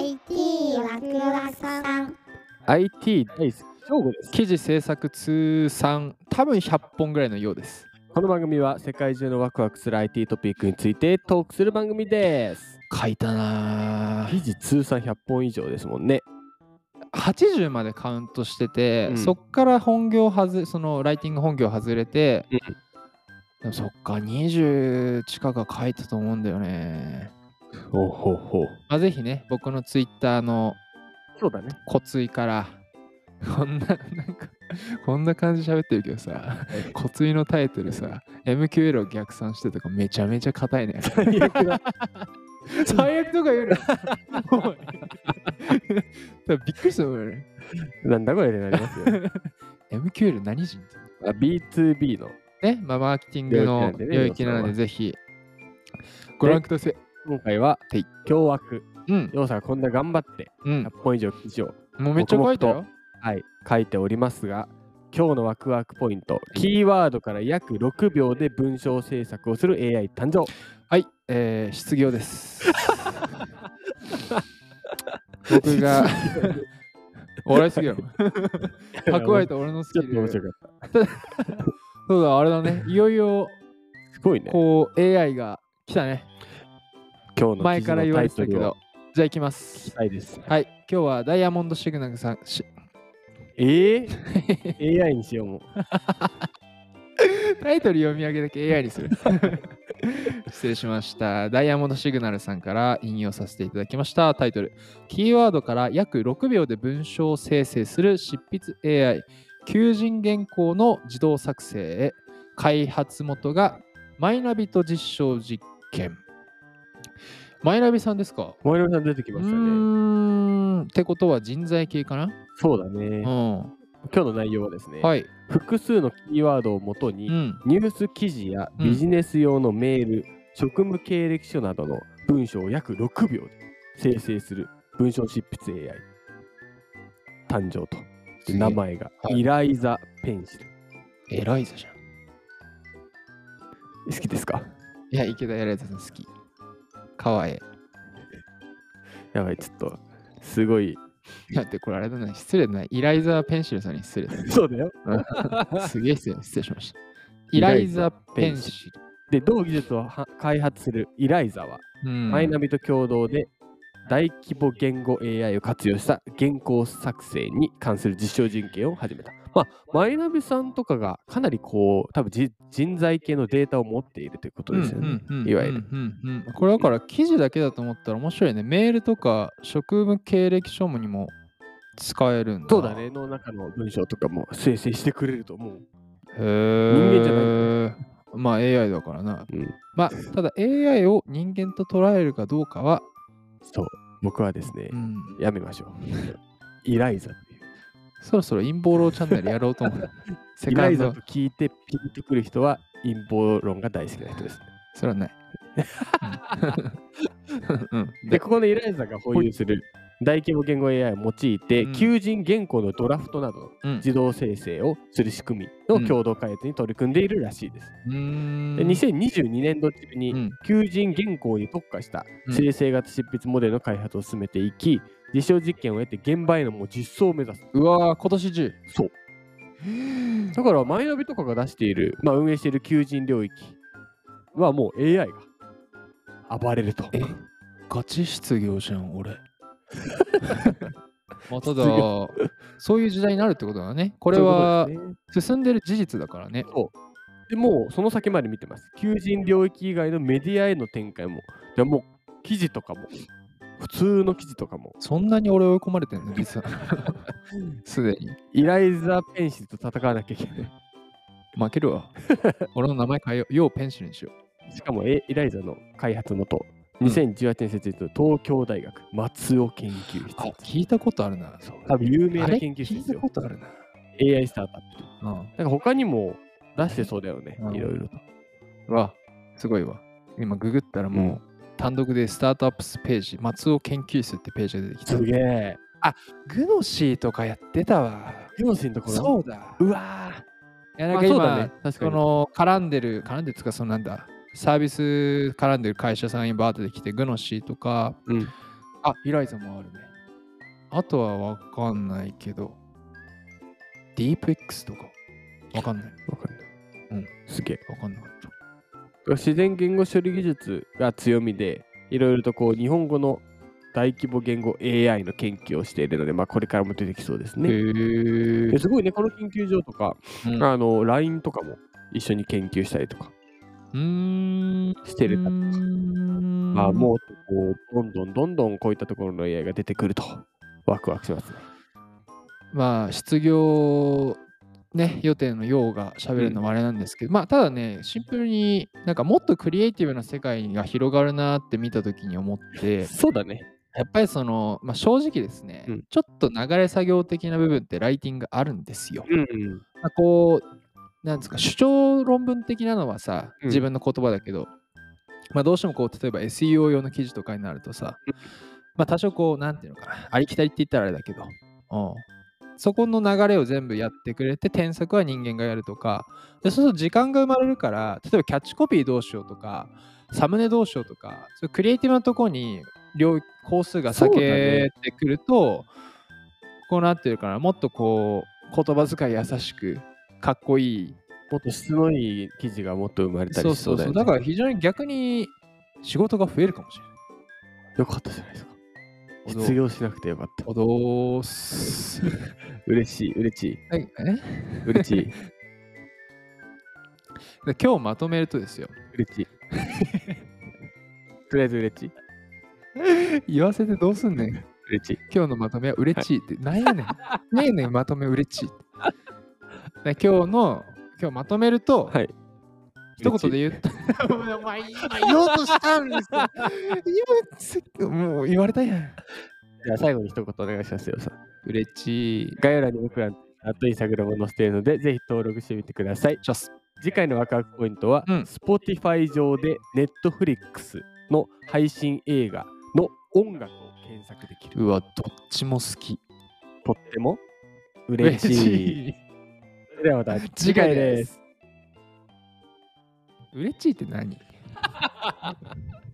IT ワクワクさん。 IT 大好き翔吾です。 記事制作通算多分100本ぐらいのようです。 この番組は世界中のワクワクする IT トピックについてトークする番組です。 書いたな記事通算100本以上ですもんね。 80までカウントしてて、そっからそのライティング本業外れて、でもそっか20近く書いたと思うんだよね。 ほうほうほう。 ぜひね、僕のツイッターのそうだね。 骨髄からこんな感じ喋ってるけどさ、骨髄のタイトルさ MQL を逆算してとかめちゃめちゃ硬いね。 最悪だ。 最悪とか言うのびっくりするもんね。 なんだこれってなりますよ。 MQL 何人って B2B のね、マーケティングの領域なのでぜひご覧ください。 今回は凶悪。要素がこんな頑張って100本以上記事をもうめっちゃ書いたよ。 はい、書いておりますが、今日のワクワクポイント、キーワードから約6秒で文章制作をする AI 誕生。 はい、失業です。僕が笑いすぎやろ。蓄えた俺のスキル。 ちょっと面白かった。 そうだ、あれだね。いよいよすごいね。 こう AI が来たね。 今日の前から言われてたけど。じゃあ行きます。 聞きたいです。 はい、今日はダイヤモンドシグナルさん。 AI にしようもう。 タイトル読み上げだけ AI にする。失礼しました。ダイヤモンドシグナルさんから引用させていただきました。タイトル。キーワードから約6秒で文章を生成する執筆 AI。求人原稿の自動作成へ。開発元がマイナビと実証実験。マイナビさんですか？ マイナビさん出てきましたね。 ってことは人材系かな？ そうだね。今日の内容はですね、複数のキーワードをもとに、ニュース記事やビジネス用のメール、職務経歴書などの文章を約6秒で生成する文章執筆 AI 誕生と。名前がイライザ・ペンシル。 エライザじゃん。 好きですか？ いや、池田エライザさん好き。かわいい。 やばい、ちょっとすごい。 だってこれあれだね、失礼だね。イライザ・ペンシルさんに失礼だね。 そうだよ。 すげえ失礼しました。イライザ・ペンシル。 で、同技術を開発するイライザは、マイナビと共同で大規模言語 AI を活用した原稿作成に関する実証実験を始めた。マイナビさんとかがかなり多分人材系のデータを持っているということですよね。いわゆる。 これだから記事だけだと思ったら面白いね。メールとか職務経歴書にも使えるんだ。 そうだね。の中の文章とかも生成してくれると思う。 人間じゃない。AI だからな。ただ AI を人間と捉えるかどうかは、 そう、僕はですね、やめましょう。イライザっていう。 そろそろ陰謀論チャンネルやろうと思う。 イライザと聞いてピンとくる人は陰謀論が大好きな人です。 それはない。 で、ここのイライザが保有する大規模言語 AI を用いて、求人原稿のドラフトなどの自動生成をする仕組みの共同開発に取り組んでいるらしいです。で、2022年度中に求人原稿に特化した生成型執筆モデルの開発を進めていき、実証実験を得て現場への実装を目指す。 うわー、今年中。 そう。だからマイナビとかが出している、運営している求人領域はもう AI が暴れると。 ガチ失業じゃん、俺。ただ、そういう時代になるってことだね。これは進んでる事実だからね。 でもうその先まで見てます。求人領域以外のメディアへの展開も、もう記事とかも、普通の記事とかも。 そんなに俺追い込まれてんの、実は。すでに。 イライザ・ペンシルと戦わなきゃいけない。 負けるわ。俺の名前変えよう。ペンシルにしよう。しかもイライザの開発元。2018年設立の東京大学松尾研究室。 聞いたことあるな。 多分有名な研究室ですよ。 聞いたことあるな。 AI スタートアップ。なんか他にも出してそうだよね。いろいろと。 わ、すごいわ。今ググったらもう単独でスタートアップスページ、松尾研究室ってページが出てきた。 すげえ。 グノシーとかやってたわ。 グノシーのところ？ そうだ。 うわー。いや、なんか今、その絡んでるつか、そのなんだ。サービス絡んでる会社さんにバーッとできて、グノシーとか、 あ、イライザもあるね。あとはわかんないけど、ディープ X とかわかんない。 わかんない。 うん。 すげえ。 わかんなかった。 自然言語処理技術が強みで、いろいろとこう日本語の大規模言語 AI の研究をしているので、まあ、これからも出てきそうですね。ですごいね、この研究所とか、LINE とかも一緒に研究したりとかしてる。まあ、もうこうどんどんこういったところの AI が出てくるとワクワクしますね。 まあ、失業ね、予定のようが喋るのはあれなんですけど、まあ、ただね、シンプルになんかもっとクリエイティブな世界が広がるなって見たときに思って、 そうだね。 やっぱりその、まあ、正直ですね、ちょっと流れ作業的な部分ってライティングあるんですよ。まあ、こう、なんですか、主張論文的なのはさ、自分の言葉だけど、まあ、どうしてもこう、例えば SEO 用の記事とかになるとさ、まあ、多少こう、なんていうのかな、ありきたりって言ったらあれだけど、そこの流れを全部やってくれて、添削は人間がやるとか、でそうすると時間が生まれるから、例えばキャッチコピーどうしようとか、サムネどうしようとか、そういうクリエイティブなところに工数が避けてくると、こうなってるから、もっとこう、言葉遣い優しく、かっこいい。 もっと質のいい記事がもっと生まれたりしそうだよね。 だから非常に逆に仕事が増えるかもしれない。 よかったじゃないですか。失業しなくてよかった。嬉しい、嬉しい。嬉しい。 今日まとめるとですよ。 嬉しい。とりあえず嬉しい。 言わせてどうすんねん。 嬉しい。 今日のまとめは嬉しいって。なんやねん。なんやねん、まとめ嬉しい。今日まとめると、 はい。 一言で言った。今言おうとしたんですよ。もう言われたやん。 じゃあ最後に一言お願いしますよ。 嬉しい。 概要欄に僕らのインスタグラムを載せているので、ぜひ登録してみてください。次回のワクワクポイントは、Spotify 上で Netflix の配信映画の音楽を検索できる。 うわ、どっちも好き。 とっても嬉しい。それではまた次回です。 嬉しいって何